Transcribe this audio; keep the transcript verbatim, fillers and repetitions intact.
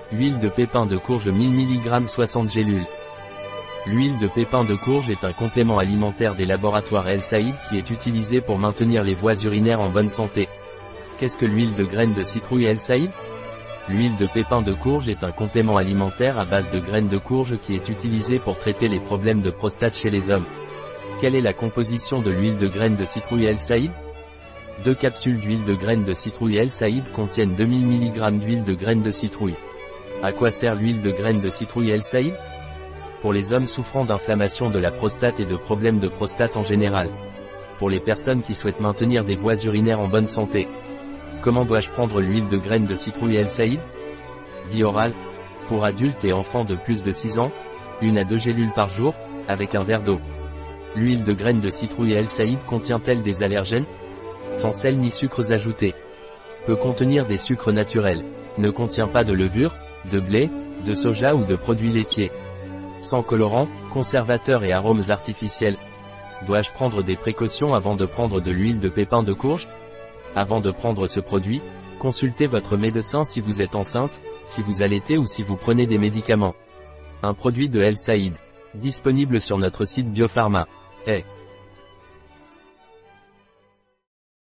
Huile de pépins de courge mille milligrammes soixante gélules. L'huile de pépins de courge est un complément alimentaire des laboratoires El Saïd qui est utilisé pour maintenir les voies urinaires en bonne santé. Qu'est-ce que l'huile de graines de citrouille El Saïd? L'huile de pépins de courge est un complément alimentaire à base de graines de courge qui est utilisé pour traiter les problèmes de prostate chez les hommes. Quelle est la composition de l'huile de graines de citrouille El Saïd? Deux capsules d'huile de graines de citrouille El Saïd contiennent deux mille milligrammes d'huile de graines de citrouille. À quoi sert l'huile de graines de citrouille El Saïd? Pour les hommes souffrant d'inflammation de la prostate et de problèmes de prostate en général. Pour les personnes qui souhaitent maintenir des voies urinaires en bonne santé. Comment dois-je prendre l'huile de graines de citrouille El Saïd? Vie orale. Pour adultes et enfants de plus de six ans, une à deux gélules par jour, avec un verre d'eau. L'huile de graines de citrouille El Saïd contient-elle des allergènes? Sans sel ni sucres ajoutés. Peut contenir des sucres naturels. Ne contient pas de levure, de blé, de soja ou de produits laitiers. Sans colorants, conservateurs et arômes artificiels. Dois-je prendre des précautions avant de prendre de l'huile de pépins de courge? Avant de prendre ce produit, consultez votre médecin si vous êtes enceinte, si vous allaitez ou si vous prenez des médicaments. Un produit de El Saïd. Disponible sur notre site Biopharma. Hey.